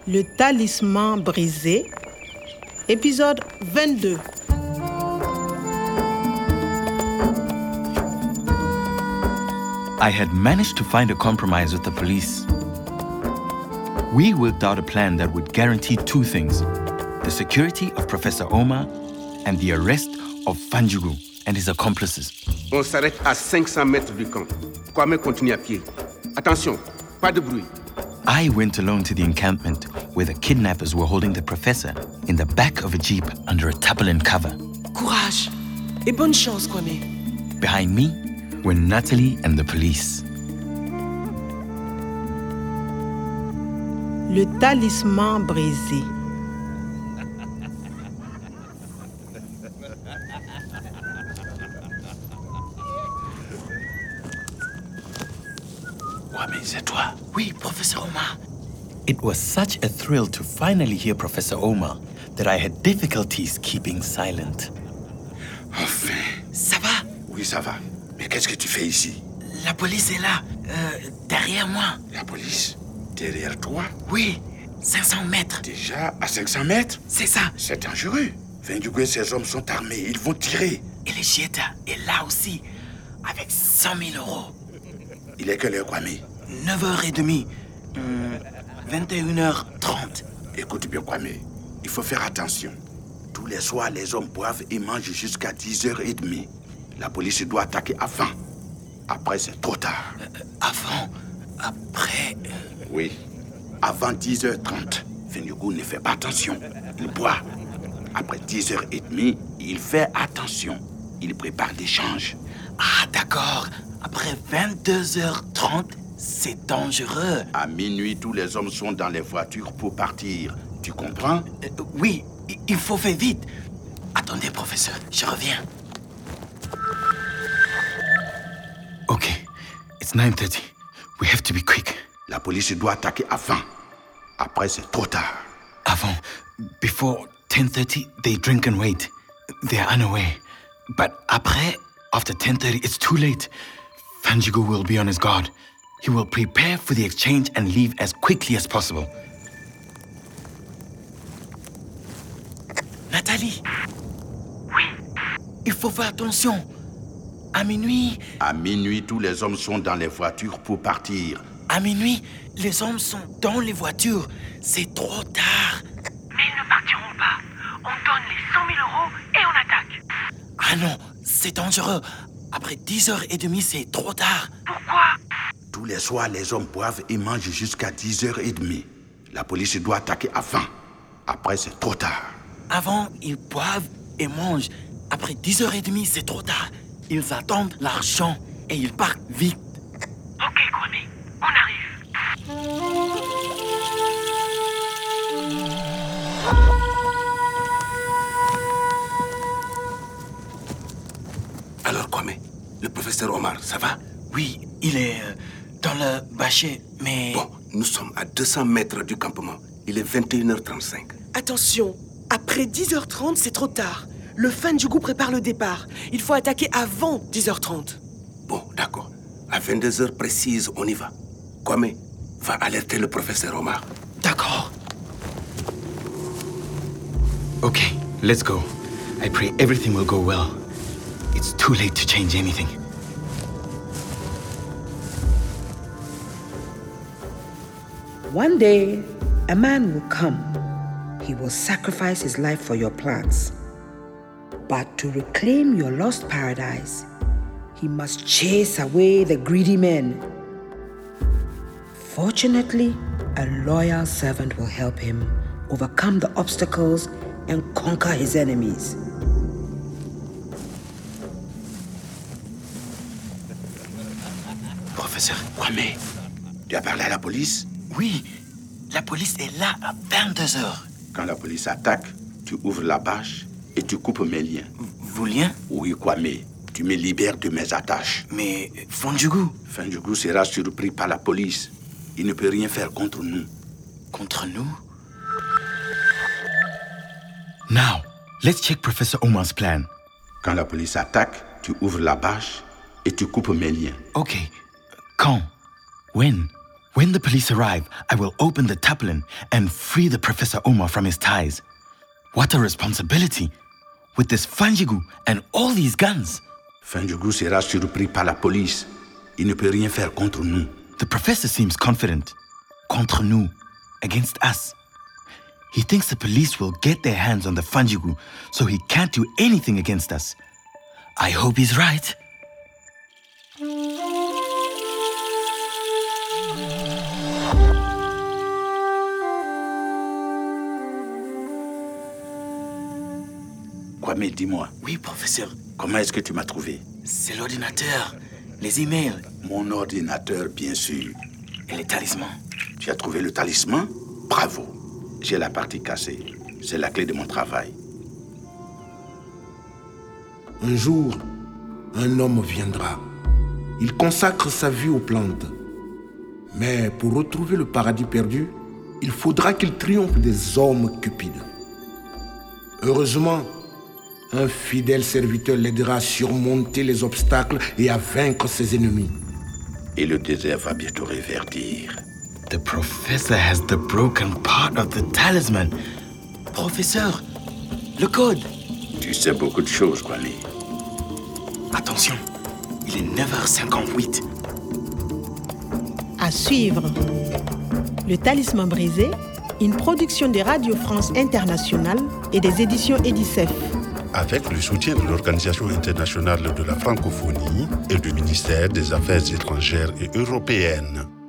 Le talisman brisé, épisode 22. I had managed to find a compromise with the police. We worked out a plan that would guarantee two things: the security of Professor Omar and the arrest of Fanjugu and his accomplices. On s'arrête à 500 mètres du camp. Kwame continue à pied. Attention, pas de bruit. I went alone to the encampment where the kidnappers were holding the professor in the back of a jeep under a tarpaulin cover. Courage et bonne chance, Kwame. Behind me were Natalie and the police. Le talisman brisé. Kwame, c'est toi? Oui, Professor Omar. It was such a thrill to finally hear Professor Omar that I had difficulties keeping silent. Enfin. Ça va? Oui, ça va. Mais qu'est-ce que tu fais ici? La police est là, derrière moi. La police? Derrière toi? Oui, 500 mètres. Déjà à 500 mètres? C'est ça. C'est dangereux. Fanjugu et ses hommes sont armés. Ils vont tirer. Et le Chieta est là aussi, avec 100 000 euros. Il est quelle heure, Kwame? 9h30, 21h30. Écoute bien, Kwame. Il faut faire attention. Tous les soirs, les hommes boivent et mangent jusqu'à 10h30. La police doit attaquer avant. Après, c'est trop tard. Avant, après... Oui. Avant 10h30, Fanjugu ne fait pas attention. Il boit. Après 10h30, il fait attention. Il prépare l'échange. Ah, d'accord. Après 22h30, c'est dangereux. À minuit, tous les hommes sont dans les voitures pour partir. Tu comprends? Oui, il faut faire vite. Attendez, professeur, je reviens. Okay, it's 9:30. We have to be quick. La police doit attaquer avant. Après, c'est trop tard. Avant, before 10:30, they drink and wait. They're unaware. But après, after 10:30, it's too late. Fanjugu will be on his guard. He will prepare for the exchange and leave as quickly as possible. Nathalie. Oui. Il faut faire attention. À minuit... À minuit, tous les hommes sont dans les voitures pour partir. À minuit, les hommes sont dans les voitures. C'est trop tard. Mais ils ne partiront pas. On donne les 100 000 euros et on attaque. Ah non, c'est dangereux. Après 10h30, c'est trop tard. Pourquoi? Tous les soirs, les hommes boivent et mangent jusqu'à 10h30. La police doit attaquer avant. Après, c'est trop tard. Avant, ils boivent et mangent. Après 10h30, c'est trop tard. Ils attendent l'argent et ils partent vite. Ok, Kwame, on arrive. Alors, Kwame, le professeur Omar, ça va? Oui, il est dans le bâcher, mais... Bon, nous sommes à 200 mètres du campement. Il est 21h35. Attention, après 10h30, c'est trop tard. Le Fanjugu prépare le départ. Il faut attaquer avant 10h30. Bon, d'accord. À 22h précises, on y va. Kwame, va alerter le professeur Omar. D'accord. Okay, let's go. I pray everything will go well. It's too late to change anything. One day, a man will come. He will sacrifice his life for your plans. But to reclaim your lost paradise, he must chase away the greedy men. Fortunately, a loyal servant will help him overcome the obstacles and conquer his enemies. Professeur. Kwame, tu as parlé à la police? Oui, la police est là à 22h. Quand la police attaque, tu ouvres la bâche et tu coupes mes liens. Vos liens? Oui, Kwame, tu me libères de mes attaches. Mais Fanjugu? Fanjugu sera surpris par la police. Il ne peut rien faire contre nous. Contre nous? Now, let's check Professor Omar's plan. Quand la police attaque, tu ouvres la bâche et tu coupes mes liens. Okay, quand? When? When the police arrive, I will open the Taplin and free the Professor Omar from his ties. What a responsibility! With this Fanjigu and all these guns. Fanjugu sera surpris par la police. Il ne peut rien faire contre nous. The professor seems confident. Contre nous. Against us. He thinks the police will get their hands on the Fanjigu, so he can't do anything against us. I hope he's right. Kwame, dis-moi, Oui, professeur. comment est-ce que tu m'as trouvé? C'est l'ordinateur, les emails Mon ordinateur, bien sûr. et les talismans. Tu as trouvé le talisman? Bravo. J'ai la partie cassée. C'est la clé de mon travail. Un jour, un homme viendra. Il consacre sa vie aux plantes. Mais pour retrouver le paradis perdu, il faudra qu'il triomphe des hommes cupides. Heureusement, un fidèle serviteur l'aidera à surmonter les obstacles et à vaincre ses ennemis. Et le désert va bientôt reverdir. The professor has the broken part of the talisman. Professeur, le code. Tu sais beaucoup de choses, Kwame. Attention, il est 9h58. À suivre. Le Talisman brisé, une production de Radio France Internationale et des éditions Edicef. Avec le soutien de l'Organisation internationale de la francophonie et du ministère des Affaires étrangères et européennes.